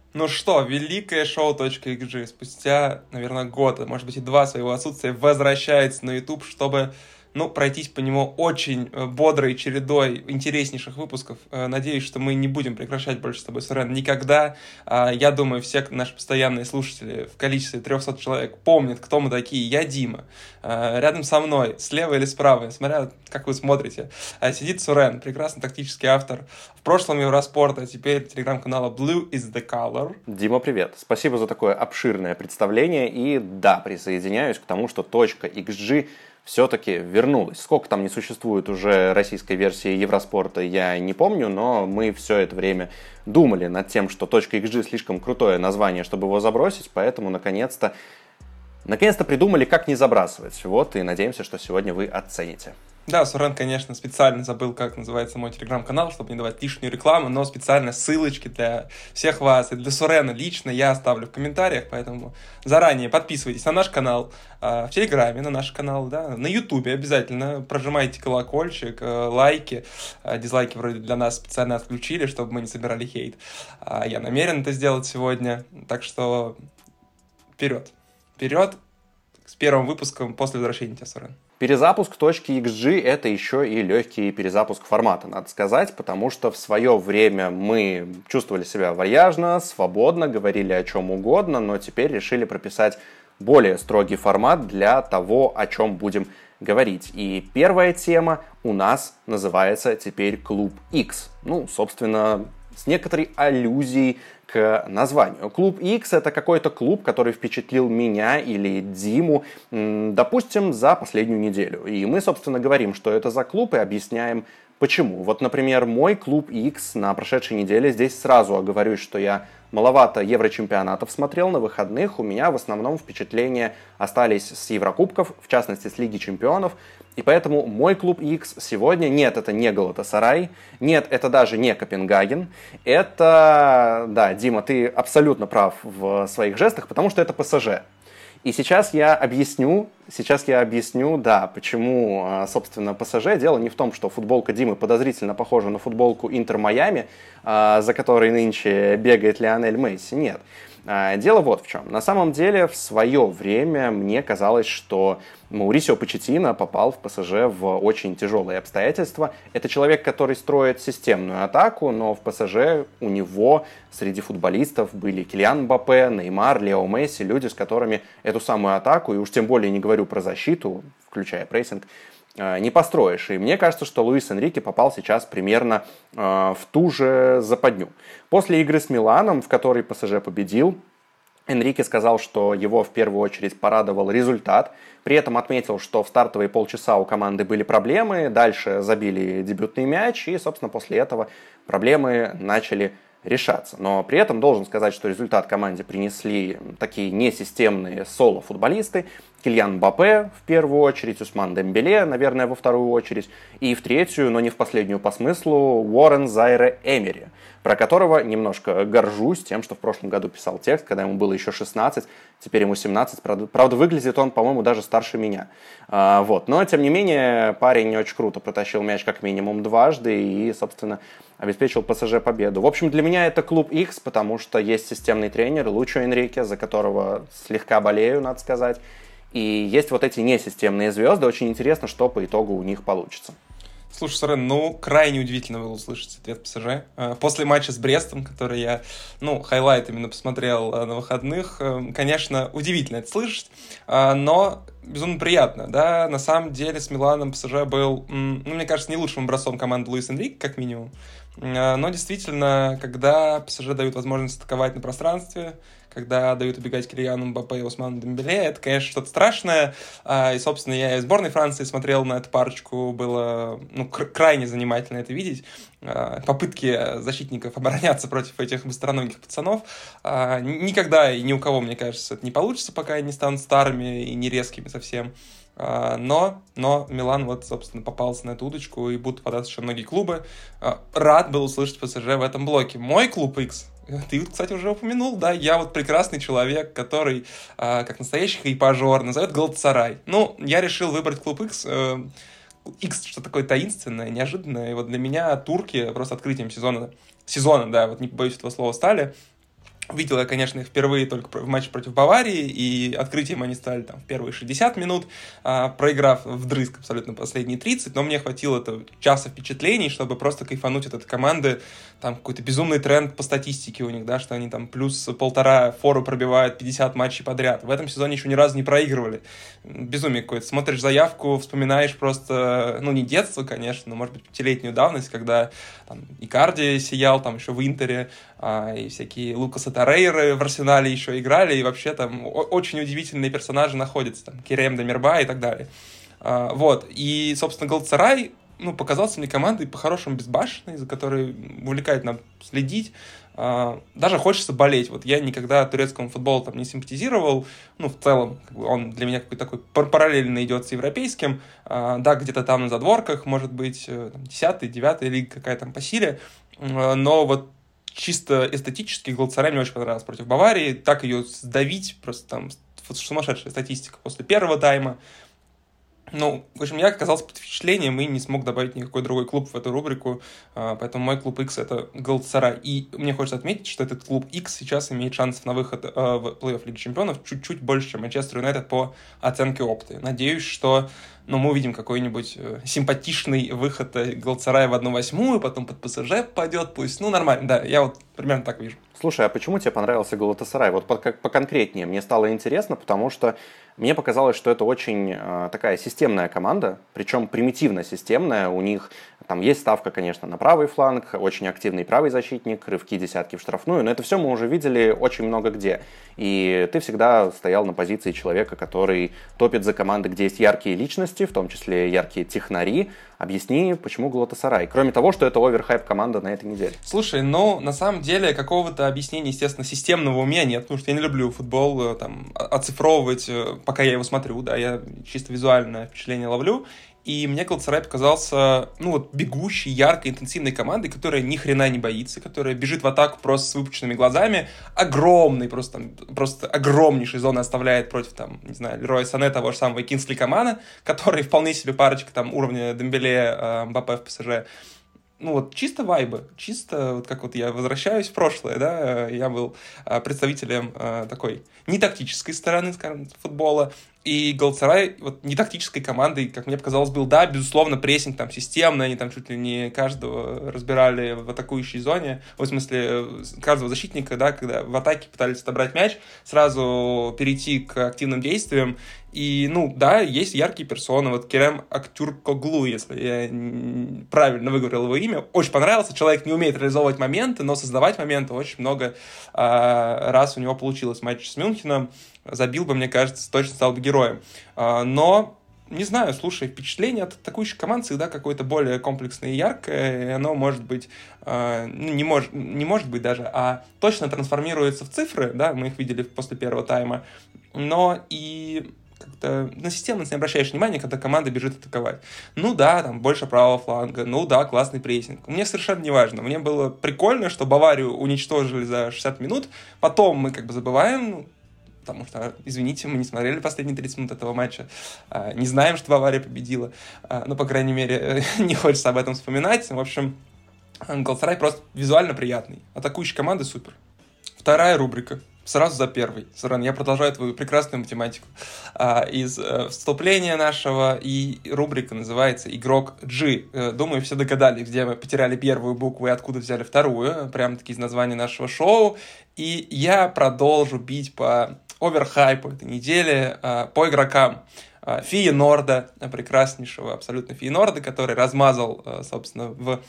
Ну что, великое шоу .xg спустя, наверное, год, а может быть и два своего отсутствия возвращается на YouTube, чтобы, пройтись по нему очень бодрой чередой интереснейших выпусков. Надеюсь, что мы не будем прекращать больше с тобой, Сурен, никогда. Я думаю, все наши постоянные слушатели в количестве 300 человек помнят, кто мы такие. Я Дима. Рядом со мной, слева или справа, смотря как вы смотрите, сидит Сурен, прекрасный тактический автор. В прошлом Евроспорта, а теперь телеграм-канала Blue is the Color. Дима, привет. Спасибо за такое обширное представление. И да, присоединяюсь к тому, что .xg все-таки вернулась. Сколько там не существует уже российской версии Евроспорта, я не помню, но мы все это время думали над тем, что .xg слишком крутое название, чтобы его забросить, поэтому наконец-то придумали, как не забрасывать. Вот, и надеемся, что сегодня вы оцените. Да, Сурен, конечно, специально забыл, как называется мой телеграм-канал, чтобы не давать лишнюю рекламу, но специально ссылочки для всех вас и для Сурена лично я оставлю в комментариях, поэтому заранее подписывайтесь на наш канал, в Телеграме, на наш канал, да, на Ютубе обязательно, прожимайте колокольчик, лайки, дизлайки вроде для нас специально отключили, чтобы мы не собирали хейт. Я намерен это сделать сегодня, так что вперед с первым выпуском после возвращения тебя, Сурен. Перезапуск .xg — это еще и легкий перезапуск формата, надо сказать, потому что в свое время мы чувствовали себя вальяжно, свободно, говорили о чем угодно, но теперь решили прописать более строгий формат для того, о чем будем говорить. И первая тема у нас называется теперь Клуб X. Собственно, с некоторой аллюзией к названию. Клуб X — это какой-то клуб, который впечатлил меня или Диму, допустим, за последнюю неделю. И мы, собственно, говорим, что это за клуб, и объясняем, почему. Вот, например, мой Клуб X на прошедшей неделе. Здесь сразу оговорюсь, что я маловато еврочемпионатов смотрел на выходных. У меня в основном впечатления остались с Еврокубков, в частности, с Лиги чемпионов. И поэтому мой Клуб X сегодня, нет, это не Галатасарай, нет, это даже не Копенгаген, это, да, Дима, ты абсолютно прав в своих жестах, потому что это ПСЖ. И сейчас я объясню, да, почему, собственно, ПСЖ. Дело не в том, что футболка Димы подозрительно похожа на футболку Интер Майами, за которой нынче бегает Лионель Месси, нет. Дело вот в чем. На самом деле, в свое время мне казалось, что Маурисио Почеттино попал в ПСЖ в очень тяжелые обстоятельства. Это человек, который строит системную атаку, но в ПСЖ у него среди футболистов были Килиан Мбаппе, Неймар, Лео Месси, люди, с которыми эту самую атаку, и уж тем более не говорю про защиту, включая прессинг, не построишь. И мне кажется, что Луис Энрике попал сейчас примерно в ту же западню. После игры с Миланом, в которой ПСЖ победил, Энрике сказал, что его в первую очередь порадовал результат. При этом отметил, что в стартовые полчаса у команды были проблемы, дальше забили дебютный мяч, и, собственно, после этого проблемы начали решаться. Но при этом должен сказать, что результат команде принесли такие несистемные соло-футболисты. Килиан Мбаппе в первую очередь, Усман Дембеле, наверное, во вторую очередь. И в третью, но не в последнюю по смыслу, Уоррен Зайре Эмери, про которого немножко горжусь тем, что в прошлом году писал текст, когда ему было еще 16, теперь ему 17. Правда, выглядит он, по-моему, даже старше меня. Но, тем не менее, парень не очень круто протащил мяч как минимум дважды и, собственно, обеспечил ПСЖ победу. В общем, для меня это Клуб X, потому что есть системный тренер Лучо Энрике, за которого слегка болею, надо сказать. И есть вот эти несистемные звезды. Очень интересно, что по итогу у них получится. Слушай, Сурен, крайне удивительно было услышать ответ ПСЖ. После матча с Брестом, который я, хайлайт именно посмотрел на выходных, конечно, удивительно это слышать, но безумно приятно, да. На самом деле с Миланом ПСЖ был, мне кажется, не лучшим образцом команды Луис Энрике, как минимум. Но действительно, когда ПСЖ дают возможность атаковать на пространстве, когда дают убегать Килиану Мбаппе и Усману Дембеле, это, конечно, что-то страшное. И, собственно, я и в сборной Франции смотрел на эту парочку, было крайне занимательно это видеть. Попытки защитников обороняться против этих быстроногих пацанов. Никогда и ни у кого, мне кажется, это не получится, пока они не станут старыми и не резкими совсем. Но Милан, собственно, попался на эту удочку, и будут податься еще многие клубы. Рад был услышать ПСЖ в этом блоке. Мой Клуб X, ты, кстати, уже упомянул, да, я прекрасный человек, который, как настоящий хайпажор, назовет Галатасарай. Я решил выбрать Клуб X. X что такое таинственное, неожиданное, и для меня турки просто открытием сезона, да, не побоюсь этого слова, стали. Видел я, конечно, их впервые только в матче против Баварии, и открытием они стали там в первые 60 минут, проиграв вдрызг абсолютно последние 30, но мне хватило часа впечатлений, чтобы просто кайфануть от этой команды. Там какой-то безумный тренд по статистике у них, да, что они там плюс 1,5 фору пробивают 50 матчей подряд. В этом сезоне еще ни разу не проигрывали. Безумие какое-то. Смотришь заявку, вспоминаешь просто, ну, не детство, конечно, но, может быть, пятилетнюю давность, когда там Икарди сиял, там еще в Интере, и всякие Лукаса Торрейры в Арсенале еще играли, и вообще там очень удивительные персонажи находятся, там Керем Демирбай и так далее. Вот, и, собственно, Галатасарай, ну, показался мне командой по-хорошему безбашенной, за которой увлекательно следить. Даже хочется болеть. Вот я никогда турецкому футболу там не симпатизировал. Ну, в целом, как бы он для меня какой-то такой параллельно идет с европейским. Да, где-то там на задворках, может быть, 10-й, 9-й лига какая там по силе. Но вот чисто эстетически Галатасарай мне очень понравился против Баварии. Так ее сдавить, просто там сумасшедшая статистика после первого тайма. Ну, в общем, я оказался под впечатлением и не смог добавить никакой другой клуб в эту рубрику, поэтому мой клуб X — это Галатасарай. И мне хочется отметить, что этот клуб X сейчас имеет шансов на выход в плей-офф Лиги Чемпионов чуть-чуть больше, чем Манчестер Юнайтед по оценке опыта. Надеюсь, что мы увидим какой-нибудь симпатичный выход Галатасарая в 1/8, потом под ПСЖ пойдет, пусть. Ну, нормально, да, я вот примерно так вижу. Слушай, а почему тебе понравился Галатасарай? Вот поконкретнее. Мне стало интересно, потому что мне показалось, что это очень такая системная команда, причем примитивно системная. У них там есть ставка, конечно, на правый фланг, очень активный правый защитник, рывки десятки в штрафную, но это все мы уже видели очень много где. И ты всегда стоял на позиции человека, который топит за команды, где есть яркие личности, в том числе яркие технари. Объясни, почему Галатасарай? Кроме того, что это оверхайп команда на этой неделе. Слушай, ну, на самом деле, какого-то объяснения, естественно, системного у меня нет, потому что я не люблю футбол там оцифровывать, пока я его смотрю, да, я чисто визуальное впечатление ловлю. И мне Галатасарай показался, ну вот, бегущей, яркой, интенсивной командой, которая ни хрена не боится, которая бежит в атаку просто с выпученными глазами, огромный, просто огромнейшей зоны оставляет против, там, не знаю, Лероя Сане, того же самого Кинсли Комана, который вполне себе парочка там уровня Дембеле, Мбаппе в ПСЖ. Ну вот чисто вайбы, чисто вот как вот я возвращаюсь в прошлое, да, я был представителем такой не тактической стороны, скажем, футбола, и Галатасарай вот не тактической командой, как мне показалось, был, да, безусловно, прессинг там системный, они там чуть ли не каждого разбирали в атакующей зоне, в смысле каждого защитника, да, когда в атаке пытались отобрать мяч, сразу перейти к активным действиям. И, ну, да, есть яркие персоны. Вот Керем Актюркоглу, если я правильно выговорил его имя, очень понравился. Человек не умеет реализовывать моменты, но создавать моменты очень много раз у него получилось. Матч с Мюнхеном забил бы, мне кажется, точно стал бы героем. Но, не знаю, слушай, впечатление от атакующих команд всегда какое-то более комплексное и яркое, и оно может быть, не может быть даже, а точно трансформируется в цифры, да, мы их видели после первого тайма, но и как-то на системность не обращаешь внимания, когда команда бежит атаковать. Ну да, там больше правого фланга, ну да, классный прессинг. Мне совершенно не важно. Мне было прикольно, что Баварию уничтожили за 60 минут, потом мы как бы забываем, потому что, извините, мы не смотрели последние 30 минут этого матча, не знаем, что Бавария победила, но, по крайней мере, не хочется об этом вспоминать. В общем, Галатасарай просто визуально приятный. Атакующие команды супер. Вторая рубрика. Сразу за первый. Соран, я продолжаю твою прекрасную математику. Из вступления нашего, и рубрика называется «Игрок G». Думаю, все догадались, где мы потеряли первую букву и откуда взяли вторую. Прямо-таки из названия нашего шоу. И я продолжу бить по оверхайпу этой недели, по игрокам. Фейенорда, прекраснейшего абсолютно Фейенорда, который размазал, собственно, в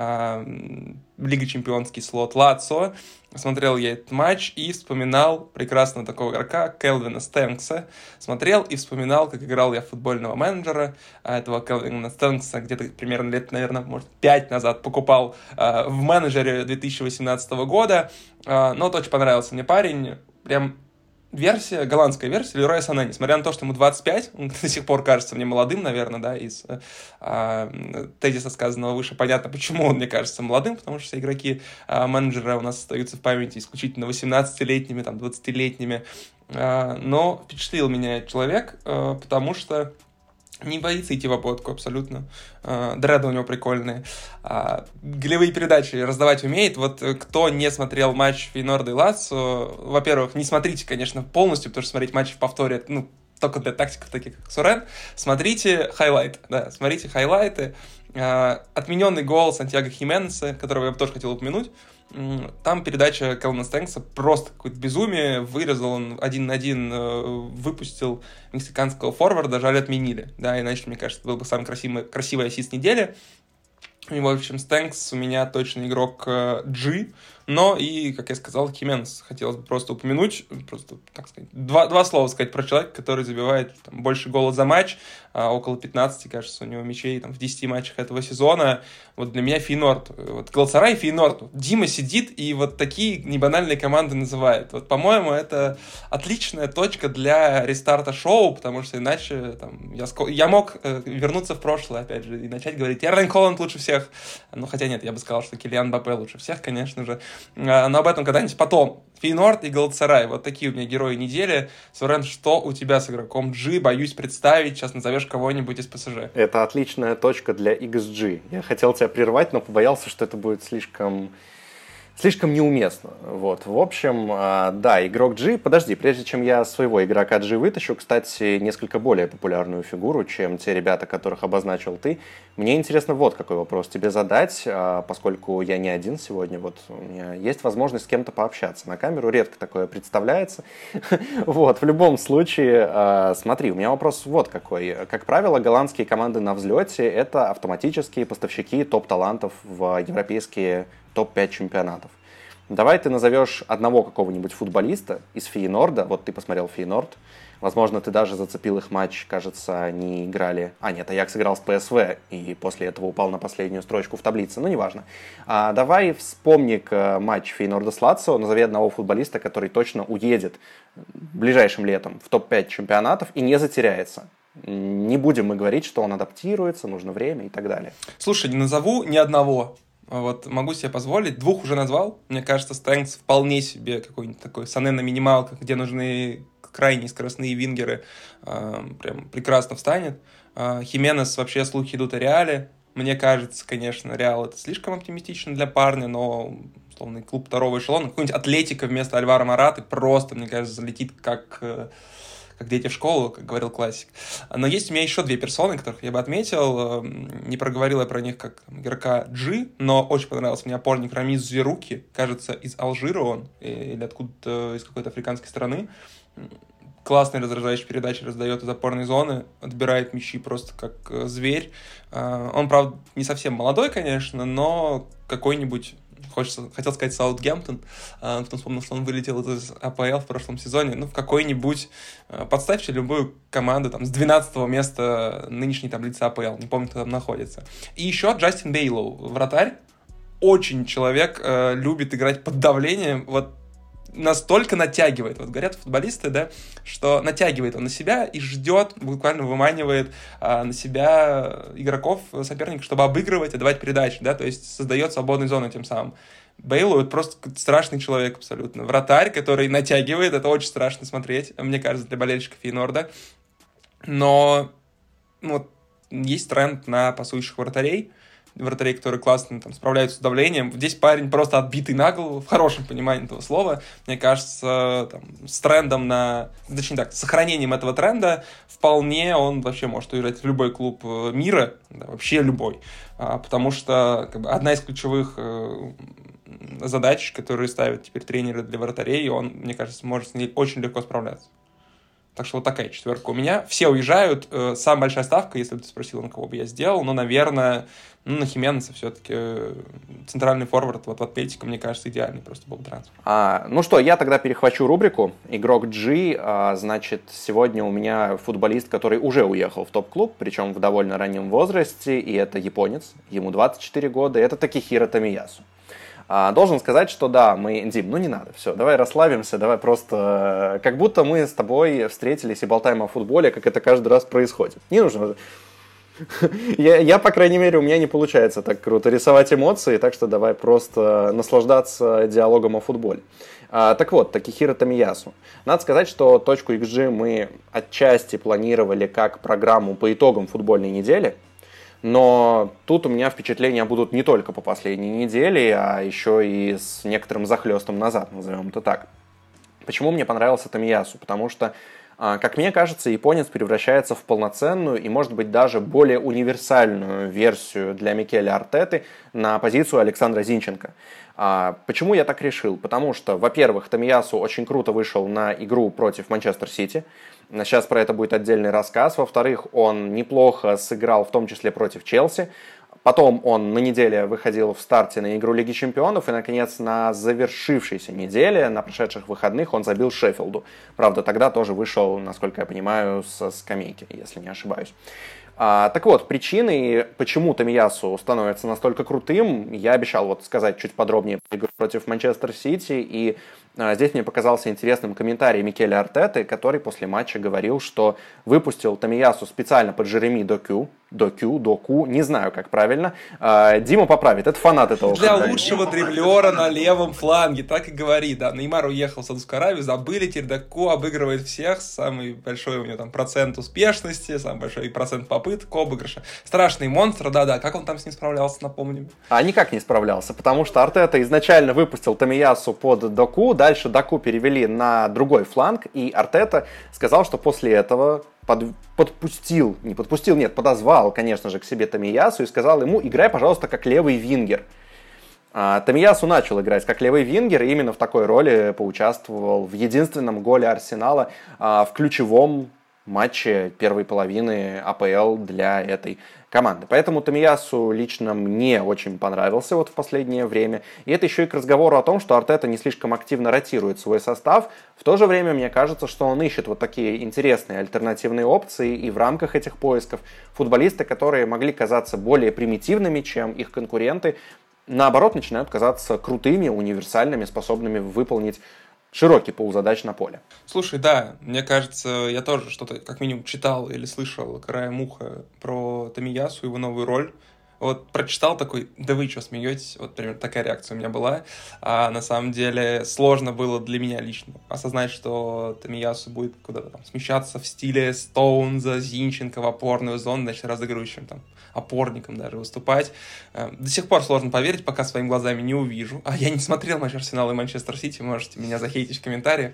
Лига Чемпионский слот Лацио. Смотрел я этот матч и вспоминал прекрасного такого игрока Келвина Стэнкса. Смотрел и вспоминал, как играл я в футбольного менеджера. Этого Келвина Стэнкса где-то примерно лет, наверное, может, 5 назад покупал в менеджере 2018 года. Но вот очень понравился мне парень. Прям голландская версия Лероя Сане, несмотря на то, что ему 25, он до сих пор кажется мне молодым, наверное, да, из тезиса, сказанного выше, понятно, почему он мне кажется молодым, потому что все игроки менеджера у нас остаются в памяти исключительно 18-летними, там, 20-летними, но впечатлил меня человек, потому что Не боится идти в обводку абсолютно. Дреды у него прикольные. Голевые передачи раздавать умеет. Вот кто не смотрел матч Фейнорда и Лацио, во-первых, не смотрите, конечно, полностью, потому что смотреть матч в повторе, только для тактиков таких, как Сурен. Смотрите хайлайты. Да, смотрите хайлайты. Отмененный гол Сантьяго Хименеса, которого я бы тоже хотел упомянуть. Там передача Кэлвина Стэнкса просто какое-то безумие. Вырезал он 1 на 1, выпустил мексиканского форварда, жаль, отменили. Да, иначе, мне кажется, был бы самый красивый ассист недели. И, в общем, Стэнкс у меня точно игрок G, но и, как я сказал, Хименес хотелось бы просто упомянуть, просто, так сказать, два слова сказать про человека, который забивает там больше гола за матч, около 15, кажется, у него мячей там, в 10 матчах этого сезона. Вот для меня Фейнорд, вот Галатасарай и Фейнорд. Дима сидит и вот такие небанальные команды называет. Вот, по-моему, это отличная точка для рестарта шоу, потому что иначе там, я мог вернуться в прошлое, опять же, и начать говорить, Эрлинг Холланд лучше всех. Ну, хотя нет, я бы сказал, что Килиан Мбаппе лучше всех, конечно же. Но об этом когда-нибудь потом. Фейнорд и Галатасарай. Вот такие у меня герои недели. Сурен, что у тебя с игроком G? Боюсь представить. Сейчас назовешь кого-нибудь из ПСЖ. Это отличная точка для XG. Я хотел тебя прервать, но побоялся, что это будет слишком неуместно. Вот. В общем, да, игрок G. Подожди, прежде чем я своего игрока G вытащу, кстати, несколько более популярную фигуру, чем те ребята, которых обозначил ты. Мне интересно вот какой вопрос тебе задать, поскольку я не один сегодня, вот у меня есть возможность с кем-то пообщаться на камеру, редко такое представляется. Вот, в любом случае, смотри, у меня вопрос вот какой. Как правило, голландские команды на взлете — это автоматические поставщики топ-талантов в европейские топ-5 чемпионатов. Давай ты назовешь одного какого-нибудь футболиста из Фейнорда. Вот ты посмотрел Фейнорд. Возможно, ты даже зацепил их матч, кажется, они играли... нет, Аякс играл с ПСВ и после этого упал на последнюю строчку в таблице. Ну, неважно. Давай вспомни матч Фейнорда с Лацио. Назови одного футболиста, который точно уедет ближайшим летом в топ-5 чемпионатов и не затеряется. Не будем мы говорить, что он адаптируется, нужно время и так далее. Слушай, не назову ни одного. Вот могу себе позволить. 2 уже назвал. Мне кажется, Стэнкс вполне себе какой-нибудь такой Сане на минималках, где нужны крайние скоростные вингеры, прям прекрасно встанет. Хименес, вообще слухи идут о Реале. Мне кажется, конечно, Реал это слишком оптимистично для парня, но условный клуб второго эшелона, какой-нибудь Атлетико вместо Альваро Мораты просто, мне кажется, залетит как дети в школу, как говорил классик. Но есть у меня еще 2 персоны, которых я бы отметил. Не проговорил я про них как игрока G, но очень понравился мне опорник Рамиз Зверуки. Кажется, из Алжира он, или откуда-то из какой-то африканской страны. Классные разряжающие передачи раздает из опорной зоны, отбирает мячи просто как зверь. Он, правда, не совсем молодой, конечно, но какой-нибудь... Хотел сказать Саутгемптон, потом вспомнил, что он вылетел из АПЛ в прошлом сезоне. В какой-нибудь... Подставьте любую команду там, с 12-го места нынешней таблицы АПЛ. Не помню, кто там находится. И еще Джастин Бейлоу, вратарь. Очень человек любит играть под давлением. Вот настолько натягивает. Вот говорят футболисты, да, что натягивает он на себя и ждет, буквально выманивает на себя игроков соперника, чтобы обыгрывать и давать передачи, да, то есть создает свободную зону тем самым. Бейлоу — это просто страшный человек абсолютно. Вратарь, который натягивает, это очень страшно смотреть, мне кажется, для болельщиков Фейнорда. Но вот есть тренд на пасующих вратарей, которые классно там справляются с давлением. Здесь парень просто отбитый на голову, в хорошем понимании этого слова. Мне кажется, там, с трендом с сохранением этого тренда вполне он вообще может уезжать в любой клуб мира, да, вообще любой. Потому что одна из ключевых задач, которые ставят теперь тренеры для вратарей, он, мне кажется, может с ней очень легко справляться. Так что вот такая 4 у меня. Все уезжают. Самая большая ставка, если бы ты спросил, на кого бы я сделал, наверное, на Хименеса все-таки. Центральный форвард вот в Атлетико, мне кажется, идеальный просто был трансфер. Ну что, я тогда перехвачу рубрику. Игрок G. Значит, сегодня у меня футболист, который уже уехал в топ-клуб, причем в довольно раннем возрасте, и это японец. Ему 24 года. Это Такихиро Томиясу. Должен сказать, что да, Дим, не надо, все, давай расслабимся, давай просто, как будто мы с тобой встретились и болтаем о футболе, как это каждый раз происходит. Не нужно Я, по крайней мере, у меня не получается так круто рисовать эмоции, так что давай просто наслаждаться диалогом о футболе. Так вот, Такихиро Томиясу. Надо сказать, что точку XG мы отчасти планировали как программу по итогам футбольной недели, но тут у меня впечатления будут не только по последней неделе, а еще и с некоторым захлестом назад, назовем это так. Почему мне понравился Томиясу? Потому что, как мне кажется, японец превращается в полноценную и, может быть, даже более универсальную версию для Микеля Артеты на позицию Александра Зинченко. Почему я так решил? Потому что, во-первых, Томиясу очень круто вышел на игру против Манчестер Сити. Сейчас про это будет отдельный рассказ. Во-вторых, он неплохо сыграл, в том числе против Челси. Потом он на неделе выходил в старте на игру Лиги Чемпионов. И, наконец, на завершившейся неделе, на прошедших выходных, он забил Шеффилду. Правда, тогда тоже вышел, насколько я понимаю, со скамейки, если не ошибаюсь. Так вот, причиной, почему Томиясу становится настолько крутым, я обещал сказать чуть подробнее про игру против Манчестер Сити, и здесь мне показался интересным комментарий Микеля Артеты, который после матча говорил, что выпустил Томиясу специально под Жереми Доку, не знаю, как правильно. Дима поправит, это фанат этого. Для лучшего дриблера на левом фланге, так и говори, да. Неймар уехал в Саудовскую Аравию, забыли, теперь Доку обыгрывает всех, самый большой у него там процент успешности, самый большой процент попыток обыгрыша. Страшный монстр, да-да, как он там с ним справлялся, напомним? Никак не справлялся, потому что Артета изначально выпустил Томиясу под Доку, дальше Доку перевели на другой фланг, и Артета сказал, что после этого подозвал, конечно же, к себе Томиясу и сказал ему: играй, пожалуйста, как левый вингер. Томиясу начал играть как левый вингер, и именно в такой роли поучаствовал в единственном голе Арсенала в ключевом матче первой половины АПЛ для этой команды. Поэтому Томиясу лично мне очень понравился в последнее время. И это еще и к разговору о том, что Артета не слишком активно ротирует свой состав. В то же время мне кажется, что он ищет такие интересные альтернативные опции, и в рамках этих поисков футболисты, которые могли казаться более примитивными, чем их конкуренты, наоборот, начинают казаться крутыми, универсальными, способными выполнить широкий пул задач на поле. Слушай, да, мне кажется, я тоже что-то как минимум читал или слышал краем уха про Томиясу, его новую роль. Прочитал такой: да вы что, смеетесь? Примерно такая реакция у меня была. А на самом деле сложно было для меня лично осознать, что Томиясу будет куда-то там смещаться в стиле Стоунза, Зинченко в опорную зону, значит, разыгрывающим там опорником даже выступать. До сих пор сложно поверить, пока своими глазами не увижу. Я не смотрел матч Арсенала и Манчестер Сити, можете меня захейтить в комментариях.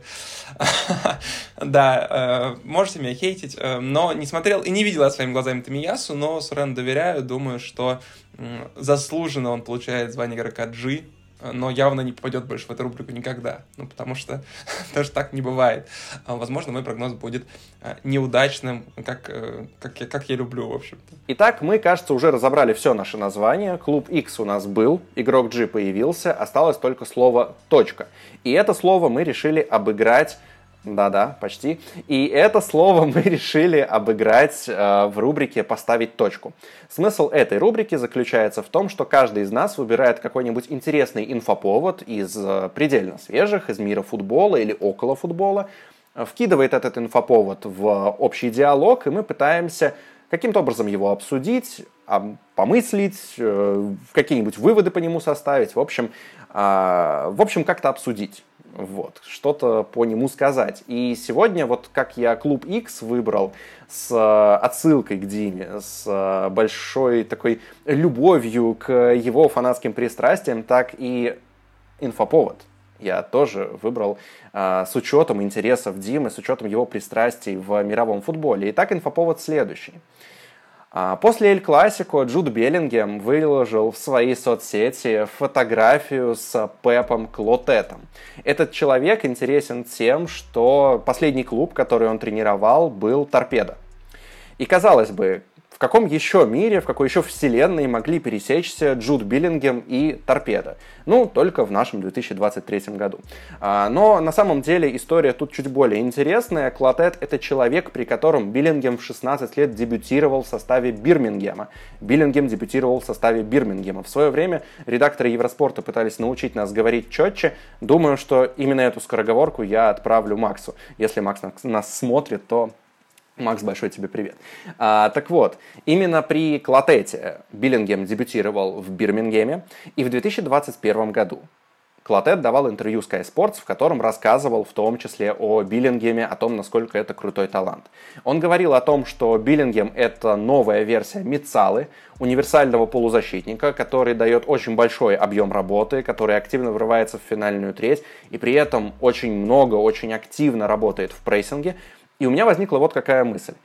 Да, можете меня хейтить, но не смотрел и не видел я своими глазами Томиясу, но Сурен доверяю, думаю, что заслуженно он получает звание игрока G, но явно не попадет больше в эту рубрику никогда, потому что даже так не бывает. Возможно, мой прогноз будет неудачным, как я люблю, в общем-то. Итак, мы, кажется, уже разобрали все наше название. Клуб X у нас был, игрок G появился, осталось только слово «точка». И это слово мы решили обыграть. Да-да, почти. И это слово мы решили обыграть в рубрике «Поставить точку». Смысл этой рубрики заключается в том, что каждый из нас выбирает какой-нибудь интересный инфоповод из предельно свежих, из мира футбола или около футбола, вкидывает этот инфоповод в общий диалог, и мы пытаемся каким-то образом его обсудить, помыслить, какие-нибудь выводы по нему составить, в общем, как-то обсудить. Что-то по нему сказать. И сегодня, как я клуб X выбрал с отсылкой к Диме, с большой такой любовью к его фанатским пристрастиям, так и инфоповод я тоже выбрал с учетом интересов Димы, с учетом его пристрастий в мировом футболе. Итак, инфоповод следующий. После Эль Классико Джуд Беллингем выложил в свои соцсети фотографию с Пепом Клотетом. Этот человек интересен тем, что последний клуб, который он тренировал, был Торпедо. И казалось бы, в каком еще мире, в какой еще вселенной могли пересечься Джуд Беллингем и Торпедо? Только в нашем 2023 году. Но на самом деле история тут чуть более интересная. Клотет — это человек, при котором Беллингем в 16 лет дебютировал в составе Бирмингема. Беллингем дебютировал в составе Бирмингема. В свое время редакторы Евроспорта пытались научить нас говорить четче. Думаю, что именно эту скороговорку я отправлю Максу. Если Макс нас смотрит, то Макс, большой тебе привет. Так вот, именно при Клотете Биллингем дебютировал в Бирмингеме и в 2021 году. Клотет давал интервью Sky Sports, в котором рассказывал в том числе о Биллингеме, о том, насколько это крутой талант. Он говорил о том, что Биллингем — это новая версия Мицалы, универсального полузащитника, который дает очень большой объем работы, который активно врывается в финальную треть и при этом очень много, очень активно работает в прессинге. И у меня возникла вот какая мысль.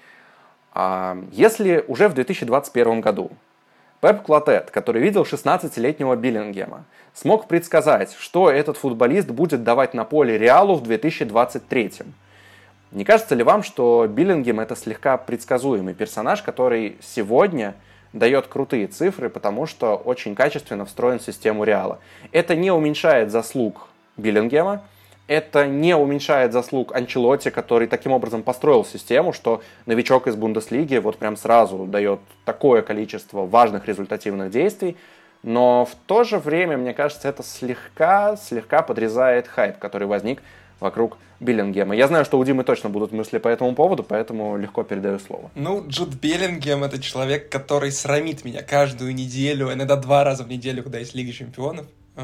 Если уже в 2021 году Пеп Клотет, который видел 16-летнего Биллингема, смог предсказать, что этот футболист будет давать на поле Реалу в 2023. Не кажется ли вам, что Биллингем — это слегка предсказуемый персонаж, который сегодня дает крутые цифры, потому что очень качественно встроен в систему Реала? Это не уменьшает заслуг Биллингема, это не уменьшает заслуг Анчелотти, который таким образом построил систему, что новичок из Бундеслиги вот прям сразу дает такое количество важных результативных действий, но в то же время, мне кажется, это слегка подрезает хайп, который возник вокруг Биллингема. Я знаю, что у Димы точно будут мысли по этому поводу, поэтому легко передаю слово. Джуд Беллингем — это человек, который срамит меня каждую неделю, иногда 2 раза в неделю, когда есть Лига Чемпионов.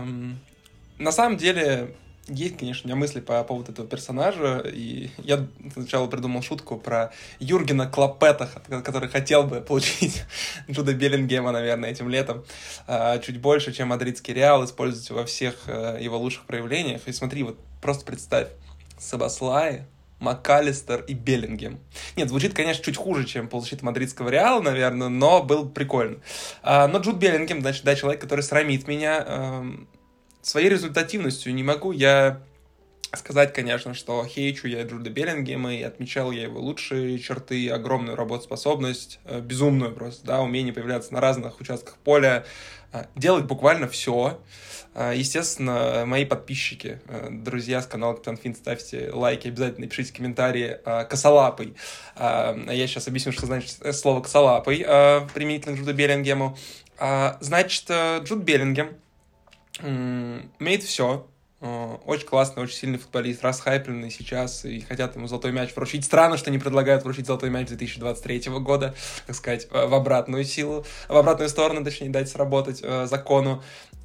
На самом деле, есть, конечно, у меня мысли по поводу этого персонажа, и я сначала придумал шутку про Юргена Клопета, который хотел бы получить Джуда Беллингема, наверное, этим летом чуть больше, чем мадридский Реал, использовать во всех его лучших проявлениях. И смотри, вот просто представь, Собослай, МакАлистер и Беллингем. Нет, звучит, конечно, чуть хуже, чем полузащита мадридского Реала, наверное, но было бы прикольно. Но Джуд Беллингем, значит, да, человек, который срамит меня своей результативностью. Не могу я сказать, конечно, что хейчу я Джуда Беллингема, и отмечал я его лучшие черты, огромную работоспособность, безумную просто, да, умение появляться на разных участках поля, делать буквально все. Естественно, мои подписчики, друзья с канала Капитан Финт, ставьте лайки, обязательно пишите комментарии. Косолапый. Я сейчас объясню, что значит слово косолапый применительно к Джуду Беллингему. Значит, Джуд Беллингем умеет все. Очень классный, очень сильный футболист, расхайпленный сейчас, и хотят ему золотой мяч вручить. Странно, что не предлагают вручить золотой мяч 2023 года, так сказать, в обратную сторону, точнее, дать сработать закону.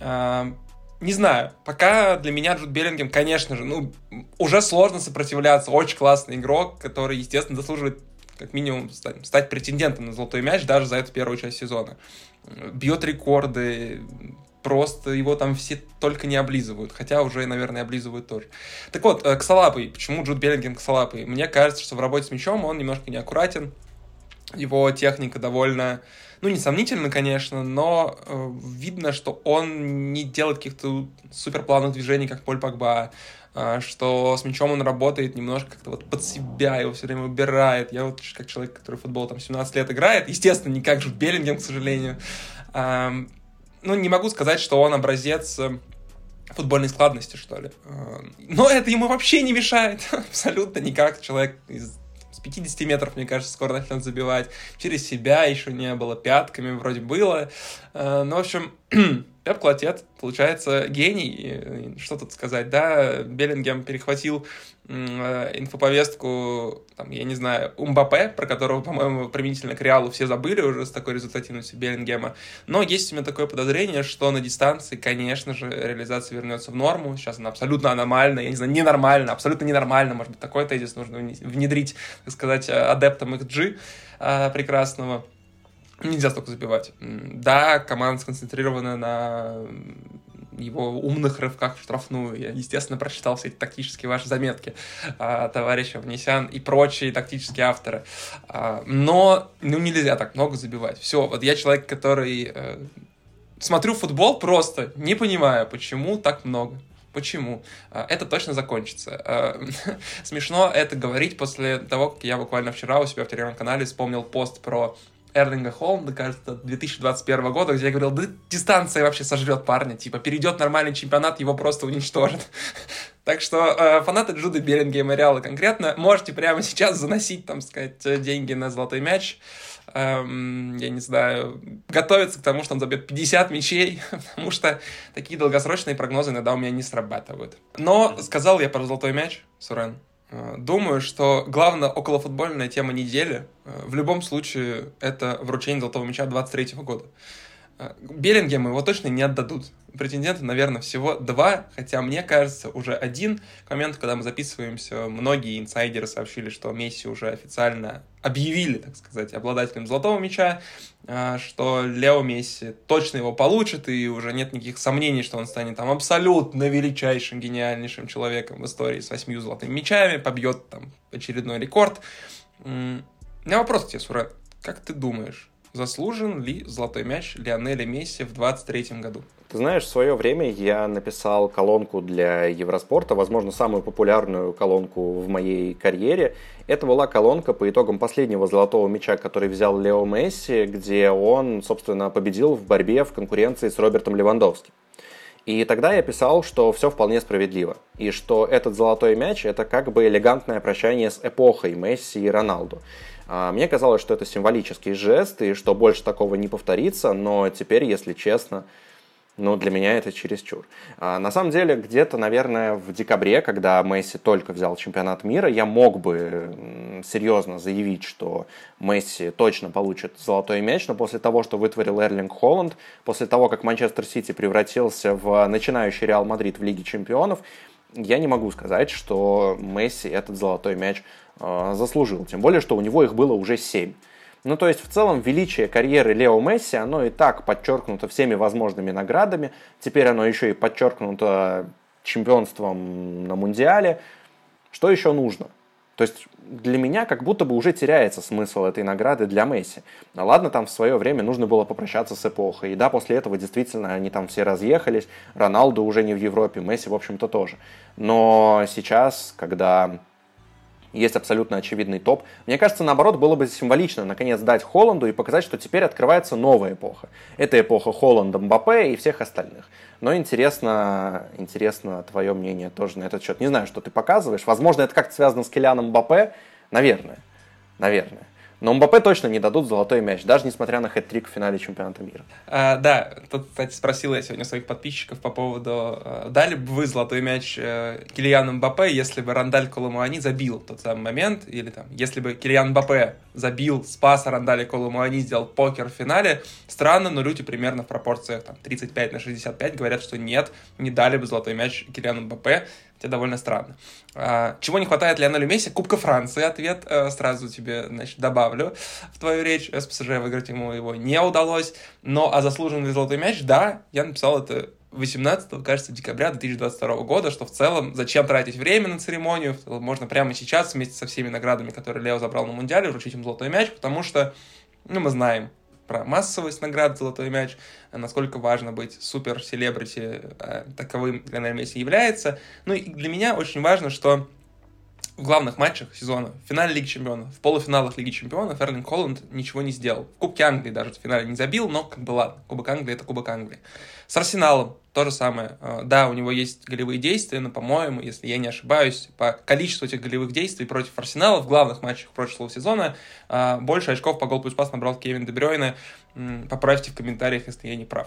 Не знаю, пока для меня Джуд Беллингем, конечно же, уже сложно сопротивляться. Очень классный игрок, который, естественно, заслуживает как минимум стать претендентом на золотой мяч даже за эту первую часть сезона. Бьет рекорды, просто его там все только не облизывают, хотя уже, наверное, облизывают тоже. Так вот, косолапый. Почему Джуд Беллингем косолапый? Мне кажется, что в работе с мячом он немножко неаккуратен, его техника довольно, несомнительна, конечно, но видно, что он не делает каких-то суперплавных движений, как Поль Погба, что с мячом он работает немножко как-то вот под себя, его все время убирает. Я вот как человек, который в футбол там 17 лет играет, естественно, не как Джуд Беллингем, к сожалению, не могу сказать, что он образец футбольной складности, что ли. Но это ему вообще не мешает. Абсолютно никак. Человек с 50 метров, мне кажется, скоро начнет забивать. Через себя еще не было. Пятками вроде было. В общем, Пеп Клотет, получается, гений. Что тут сказать, да? Беллингем перехватил инфоповестку, я не знаю, Мбаппе, про которого, по-моему, применительно к Реалу все забыли уже с такой результативностью Беллингема. Но есть у меня такое подозрение, что на дистанции, конечно же, реализация вернется в норму. Сейчас она абсолютно аномальна, я не знаю, ненормально, абсолютно ненормально. Может быть, такой тезис нужно внедрить, так сказать, адептам XG прекрасного. Нельзя столько забивать. Да, команда сконцентрирована на его умных рывках в штрафную. Я, естественно, прочитал все эти тактические ваши заметки товарища Внесян и прочие тактические авторы. Но нельзя так много забивать. Все, вот я человек, который смотрю футбол, просто не понимаю, почему так много. Почему? Это точно закончится. Смешно это говорить после того, как я буквально вчера у себя в телеграм-канале вспомнил пост про Эрлинга Холланда, кажется, 2021 года, где я говорил, да дистанция вообще сожрет парня, перейдет нормальный чемпионат, его просто уничтожит. Так что фанаты Джуда Беллингема и Реала конкретно можете прямо сейчас заносить, деньги на золотой мяч. Я не знаю, готовиться к тому, что он забьет 50 мячей, потому что такие долгосрочные прогнозы иногда у меня не срабатывают. Но сказал я про золотой мяч, Сурен. Думаю, что главная околофутбольная тема недели в любом случае это вручение золотого мяча 23 года. Беллингему его точно не отдадут. Претендентов, наверное, всего 2, хотя мне кажется, уже 1. К моменту, когда мы записываемся, многие инсайдеры сообщили, что Месси уже официально объявили, так сказать, обладателем золотого мяча, что Лео Месси точно его получит, и уже нет никаких сомнений, что он станет там абсолютно величайшим, гениальнейшим человеком в истории с 8 золотыми мячами, побьет там очередной рекорд. У меня вопрос к тебе, Сурен. Как ты думаешь, заслужен ли золотой мяч Лионеля Месси в 23-м году? Ты знаешь, в свое время я написал колонку для Евроспорта, возможно, самую популярную колонку в моей карьере. Это была колонка по итогам последнего золотого мяча, который взял Лео Месси, где он, собственно, победил в борьбе в конкуренции с Робертом Левандовским. И тогда я писал, что все вполне справедливо, и что этот золотой мяч – это как бы элегантное прощание с эпохой Месси и Роналду. Мне казалось, что это символический жест, и что больше такого не повторится, но теперь, если честно, для меня это чересчур. На самом деле, где-то, наверное, в декабре, когда Месси только взял чемпионат мира, я мог бы серьезно заявить, что Месси точно получит золотой мяч, но после того, что вытворил Эрлинг Холланд, после того, как Манчестер Сити превратился в начинающий Реал Мадрид в Лиге Чемпионов, я не могу сказать, что Месси этот золотой мяч заслужил. Тем более, что у него их было уже 7. То есть, в целом, величие карьеры Лео Месси, оно и так подчеркнуто всеми возможными наградами. Теперь оно еще и подчеркнуто чемпионством на Мундиале. Что еще нужно? То есть, для меня как будто бы уже теряется смысл этой награды для Месси. Ладно, там в свое время нужно было попрощаться с эпохой. И да, после этого действительно они там все разъехались. Роналду уже не в Европе, Месси, в общем-то, тоже. Но сейчас, когда есть абсолютно очевидный топ. Мне кажется, наоборот, было бы символично наконец дать Холланду и показать, что теперь открывается новая эпоха. Это эпоха Холланда, Мбаппе и всех остальных. Но интересно твое мнение тоже на этот счет. Не знаю, что ты показываешь. Возможно, это как-то связано с Килианом Мбаппе. Наверное. Но Мбаппе точно не дадут золотой мяч, даже несмотря на хэт-трик в финале чемпионата мира. Да, тут, кстати, спросил я сегодня своих подписчиков по поводу, дали бы вы золотой мяч Килиану Мбаппе, если бы Рандаль Коло Муани забил в тот самый момент, или там, если бы Килиан Мбаппе забил, спас Рандаля Коло Муани, сделал покер в финале. Странно, но люди примерно в пропорциях там, 35-65 говорят, что нет, не дали бы золотой мяч Килиану Мбаппе. Это довольно странно. Чего не хватает Лионелю Месси? Кубка Франции. Ответ сразу тебе, добавлю в твою речь. С ПСЖ выиграть ему его не удалось. Но заслуженный ли золотой мяч? Да, я написал это 18, кажется, декабря 2022 года, что в целом зачем тратить время на церемонию? Можно прямо сейчас вместе со всеми наградами, которые Лео забрал на Мундиале, вручить ему золотой мяч, потому что мы знаем про массовость наград «Золотой мяч», насколько важно быть супер-селебрити, таковым Лионель Месси является. И для меня очень важно, что в главных матчах сезона, в финале Лиги Чемпионов, в полуфиналах Лиги Чемпионов Эрлинг Холланд ничего не сделал. В Кубке Англии даже в финале не забил, но ладно, Кубок Англии — это Кубок Англии. С Арсеналом то же самое. Да, у него есть голевые действия, но, по-моему, если я не ошибаюсь, по количеству этих голевых действий против Арсенала в главных матчах прошлого сезона больше очков по гол плюс пас набрал Кевин Де Брюйне. Поправьте в комментариях, если я не прав.